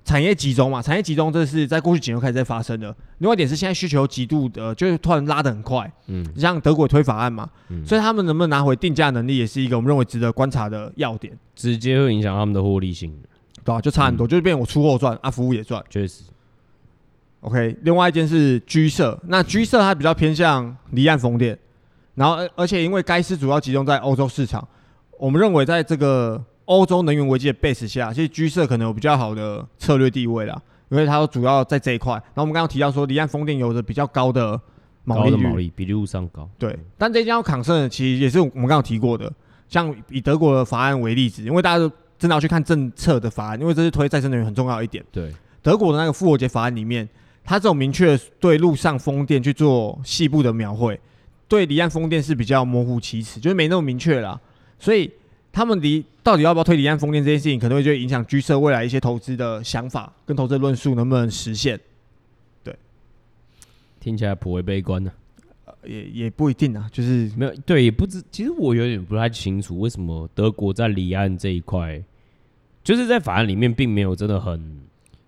产业集中嘛，产业集中这是在过去几年就开始在发生的。另外一点是现在需求极度的，就是突然拉得很快。像德国推法案嘛，所以他们能不能拿回定价能力，也是一个我们认为值得观察的要点。 直接会影响他们的获利性， 对啊，就差很多，就是变成我出货赚啊，服务也赚。 确实。 OK， 另外一间是居社，那居社它比较偏向离岸风电，然后而且因为该司主要集中在欧洲市场，我们认为在这个欧洲能源危机的 base 下，其实居社可能有比较好的策略地位啦，因为它主要在这一块。然后我们刚刚提到说，离岸风电有着比较高的毛利率， 比例物上高。 对，但这间要抗胜的，其实也是我们刚刚提过的，像以德国的法案为例子，因为大家都真的要去看政策的法案，因为这是推再生能源很重要的一点。 对， 德国的那个复活节法案里面，它这种明确对陆上风电去做细部的描绘，对离岸风电是比较模糊其词，就是没那么明确啦。所以他们到底要不要推离岸风电这件事情，可能会就影响居社未来一些投资的想法跟投资的论述能不能实现。对， 听起来颇为悲观呢、 也不一定啊，就是没有对，也不知。其实我有点不太清楚，为什么德国在离岸这一块，就是在法案里面并没有真的很，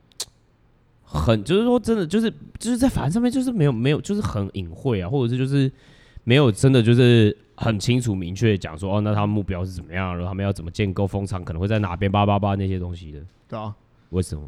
就是说真的就是在法案上面就是没有就是很隐晦啊，或者是就是没有真的就是很清楚明确讲说哦，那他们目标是怎么样，然后他们要怎么建构风场，可能会在哪边888那些东西的。 对啊， 为什么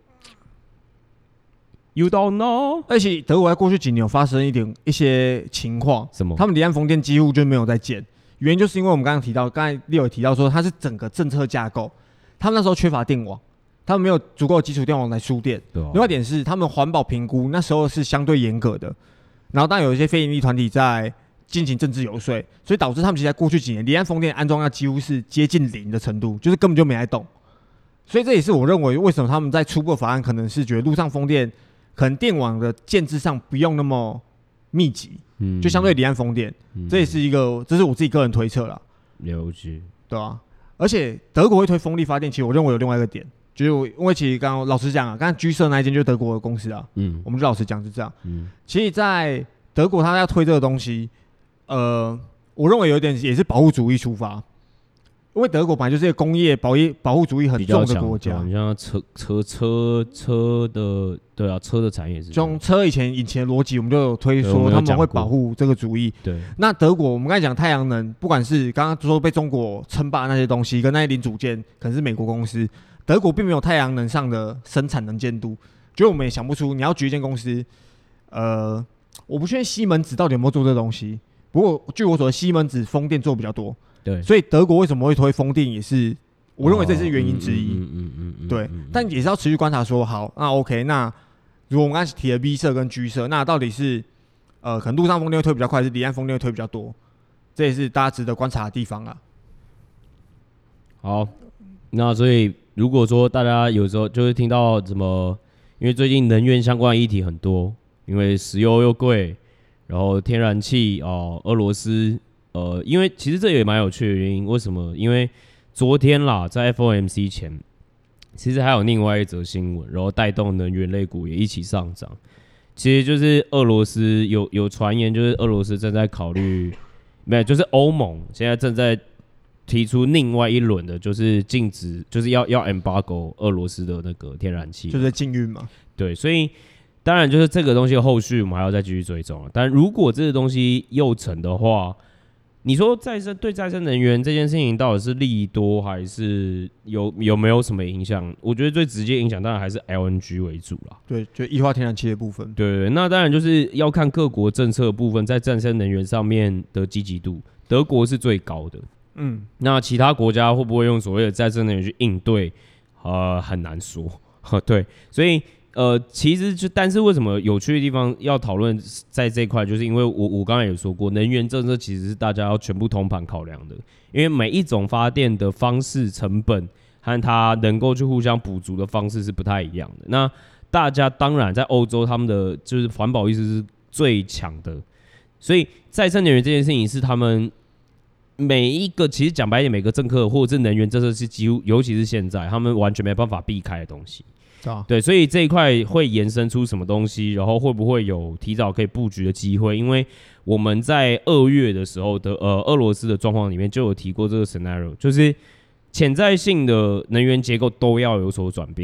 ？You don't know。 而且德国在过去几年有发生一些情况， 什么？ 他们离岸风电几乎就没有在建，原因就是因为我们刚才Leo也提到说，它是整个政策架构，他们那时候缺乏电网。他们没有足够的基础电网来输电。另外一点是，他们环保评估那时候是相对严格的，然后当然有一些非营利团体在进行政治游说，所以导致他们其实在过去几年离岸风电安装量几乎是接近0的程度，就是根本就没在动。所以这也是我认为为什么他们在初步的法案可能是觉得陆上风电可能电网的建制上不用那么密集，就相对离岸风电，这也是这是我自己个人推测啦。 了解， 对啊，而且德国会推风力发电，其实我认为有另外一个点。就是因为其实刚刚老实讲啊，刚刚居社那一间就是德国的公司啊，我们就老实讲是这样。其实，在德国他要推这个东西，我认为有点也是保护主义出发，因为德国本来就是一个工业保护主义很重的国家。 你像车的，对啊，车的产业是。 从车以前的逻辑，我们就有推说他们会保护这个主义。 对。 那德国，我们刚才讲太阳能，不管是刚刚说被中国称霸那些东西，跟那些零组件，可能是美国公司。德国并没有太阳能上的生产能见度，所以我们也想不出你要举一间公司，我不确定西门子到底有没有做这东西。不过据我所知，西门子风电做比较多， 对， 所以德国为什么会推风电，也是我认为这是原因之一。对，但也是要持续观察说，好，那 OK， 那如果我们刚才提的 B 社跟 G 社，那到底是可能陆上风电会推比较快，还是离岸风电会推比较多？这也是大家值得观察的地方啊。 好，那所以。如果说大家有时候就会听到什么，因为最近能源相关的议题很多，因为石油又贵，然后天然气俄罗斯因为其实这也蛮有趣的原因，为什么？因为昨天啦，在 FOMC 前，其实还有另外一则新闻，然后带动能源类股也一起上涨。其实就是俄罗斯有传言，就是俄罗斯正在考虑，没有，就是欧盟现在正在。提出另外一轮的，就是禁止，就是要 embargo 俄罗斯的那个天然气， 就是禁运嘛。 对，所以当然就是这个东西的后续我们还要再继续追踪。但如果这个东西又成的话，你说对再生能源这件事情到底是利多还是有没有什么影响？我觉得最直接影响当然还是 LNG 为主啦。 对，就液化天然气的部分。 对，那当然就是要看各国政策的部分在再生能源上面的积极度，德国是最高的。那其他国家会不会用所谓的再生能源去应对？很难说。对，所以其实但是为什么有趣的地方要讨论在这一块，就是因为我刚才也说过，能源政策其实是大家要全部通盘考量的，因为每一种发电的方式、成本和它能够去互相补足的方式是不太一样的。那大家当然在欧洲，他们的就是环保意识是最强的，所以再生能源这件事情是他们。每一个其实讲白一点，每个政客或者是能源政策是几乎，尤其是现在，他们完全没办法避开的东西。对，所以这一块会延伸出什么东西，然后会不会有提早可以布局的机会？因为我们在2月的时候的俄罗斯的状况里面就有提过这个 scenario， 就是潜在性的能源结构都要有所转变，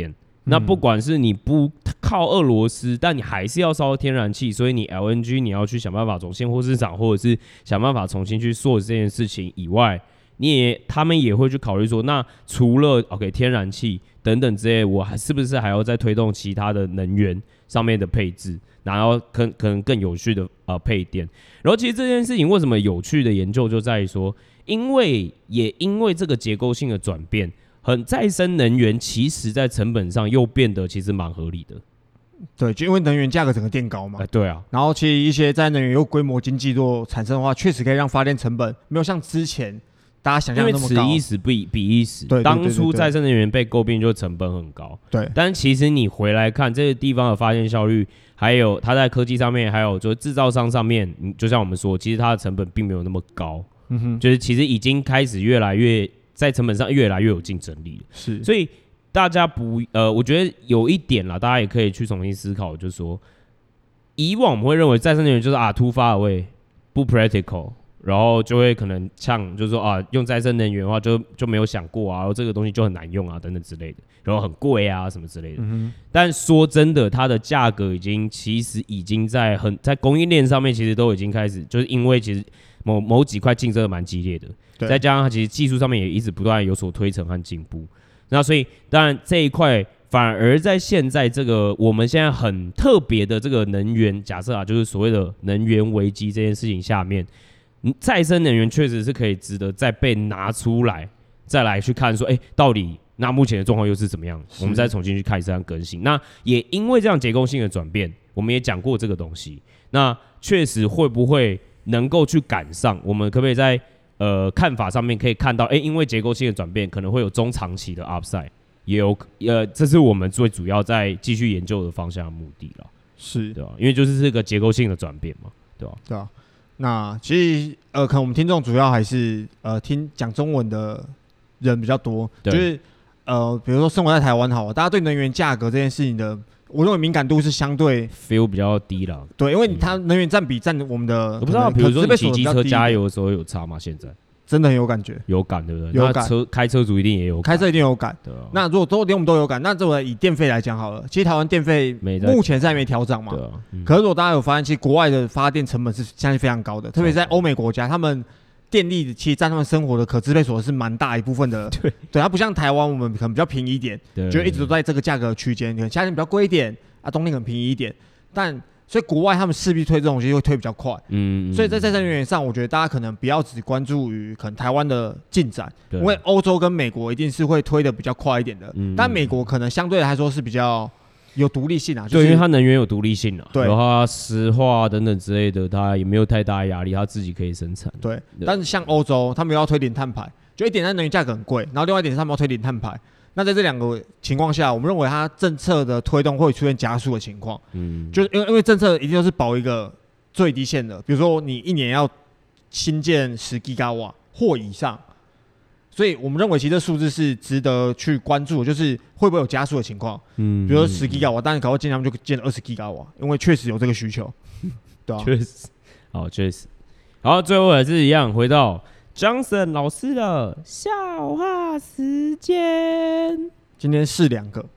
那不管是你不靠俄罗斯，但你还是要烧天然气，所以你 LNG 你要去想办法从现货市场，或者是想办法重新去做这件事情以外，他们也会去考虑说，那除了 OK 天然气等等之类，我是不是还要再推动其他的能源上面的配置，然后可能更有序的配电。然后其实这件事情为什么有趣的研究就在于说，因为这个结构性的转变。再生能源其实在成本上又变得其实蛮合理的， 对，就因为能源价格整个垫高嘛， 对啊， 然后其实一些在能源又规模经济做产生的话，确实可以让发电成本没有像之前大家想象的那么高， 因为此一时彼一时，对，当初再生能源被诟病就成本很高， 对， 但其实你回来看这个地方的发电效率，还有它在科技上面，还有就是制造商上面，就像我们说，其实它的成本并没有那么高，就是其实已经开始越来越。在成本上越来越有竞争力了， 是， 所以大家我觉得有一点啦，大家也可以去重新思考，就是说，以往我们会认为再生能源就是too far away，不 practical， 然后就会可能像就是说用再生能源的话就没有想过然后这个东西就很难用等等之类的，然后很贵什么之类的。但说真的，它的价格其实已经在供应链上面其实都已经开始，就是因为其实某几块竞争的蛮激烈的。再加上它其实技术上面也一直不断有所推陈和进步，那所以当然这一块反而在现在这个我们现在很特别的这个能源假设就是所谓的能源危机这件事情下面，再生能源确实是可以值得再被拿出来，再来去看说，到底那目前的状况又是怎么样？我们再重新去看这样更新。那也因为这样结构性的转变，我们也讲过这个东西，那确实会不会能够去赶上？我们可不可以在看法上面可以看到，因为结构性的转变，可能会有中长期的 upside， 也有这是我们最主要在继续研究的方向的目的了， 是， 对吧？因为就是这个结构性的转变嘛，对吧？ 对啊。那其实可能我们听众主要还是听讲中文的人比较多，就是比如说生活在台湾好了，大家对能源价格这件事情的。我认为敏感度是相对 feel 比较低啦， 对，因为它能源占比占我们的， 我不知道，比如说你骑机车加油的时候有差吗？现在真的很有感觉， 有感对不对？ 有感， 开车族一定也有感， 开车一定有感。对啊，那如果连我们都有感，那这我以电费来讲好了，其实台湾电费目前是还没调涨嘛，对啊。可是如果大家有发现，其实国外的发电成本是现在非常高的，特别在欧美国家，他们电力其实占他们生活的可支配所得是蛮大一部分的。对，它不像台湾，我们可能比较便宜一点，就一直都在这个价格区间，可能夏天比较贵一点。冬天可能便宜一点，但所以国外他们势必推这种东西会推比较快，所以在再生能源上，我觉得大家可能不要只关注于可能台湾的进展，因为欧洲跟美国一定是会推的比较快一点的，但美国可能相对来说是比较有独立性对，因为它能源有独立性对， 然后它石化等等之类的，它也没有太大的压力，它自己可以生产， 对。但是像欧洲，他们又要推零碳排，就一点能源价格很贵，然后另外一点是他们要推零碳排。那在这两个情况下，我们认为它政策的推动会出现加速的情况，就是因为政策一定都是保一个最低线的，比如说你一年要新建10 GW 或以上，所以我们认为其实这数字是值得去关注的，就是会不会有加速的情况，比如说10 GW， 当然搞到今年他们就建了20 GW， 因为确实有这个需求，对啊， 确实，好，确实，好，最后还是一样回到。Johnson 老师的笑话时间， 今天是2个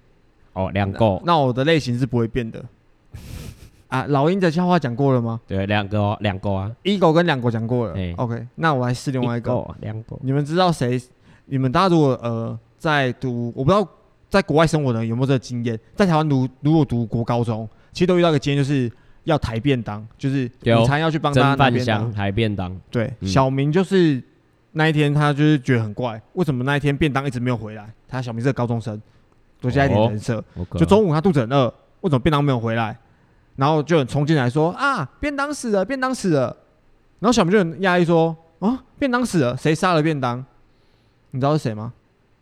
2个。 那我的类型是不会变的老鹰的笑话讲过了吗？ 对，2个2个啊。 一狗跟2狗讲过了。OK， 那我来试另外一个。 2个。 你们知道谁？你们大家如果在读，我不知道在国外生活的人有没有这个经验？在台湾如果读国高中，其实都遇到一个经验，就是要抬便当，就是午餐要去帮大家拿便当， 抬便当。对， 小明就是那一天他就是觉得很怪，为什么那一天便当一直没有回来？小明是个高中生，多加一点人设。就中午他肚子很饿，为什么便当没有回来？然后就很冲进来说便当死了，便当死了。然后小明就很讶异说便当死了，谁杀了便当？你知道是谁吗？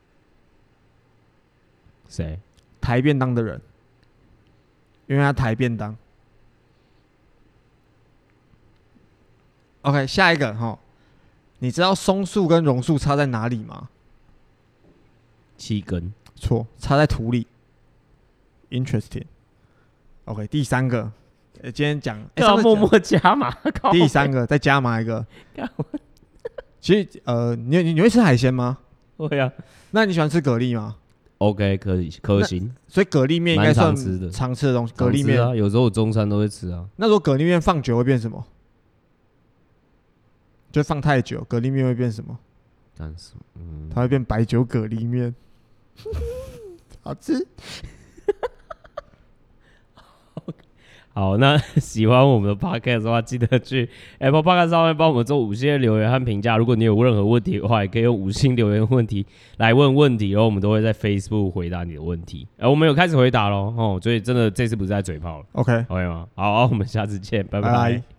谁？ 抬便当的人，因为他抬便当。OK， 下一个你知道松树跟榕树差在哪里吗 ？7根。 错，差在土里。Interesting。OK， 第3个，今天讲要默默加码。 第3个再加码一个。其实你会吃海鲜吗？ 会啊。 那你喜欢吃蛤蜊吗？ OK， 可行。 所以蛤蜊面应该算常吃的东西。蛤蜊面啊，有时候我中餐都会吃啊。 那如果蛤蜊面放久会变什么？就放太久，蛤蜊面会变什么？ 干什么？ 它会变白酒蛤蜊面，好吃。 好，那喜欢我们的 podcast 的话，记得去 Apple Podcast 上面帮我们做5星的留言和评价。如果你有任何问题的话，也可以用5星留言问题来问问题，然后我们都会在 Facebook 回答你的问题。我们有开始回答咯，所以真的这次不是在嘴炮了。 OK 吗？好，我们下次见，拜拜。 拜拜。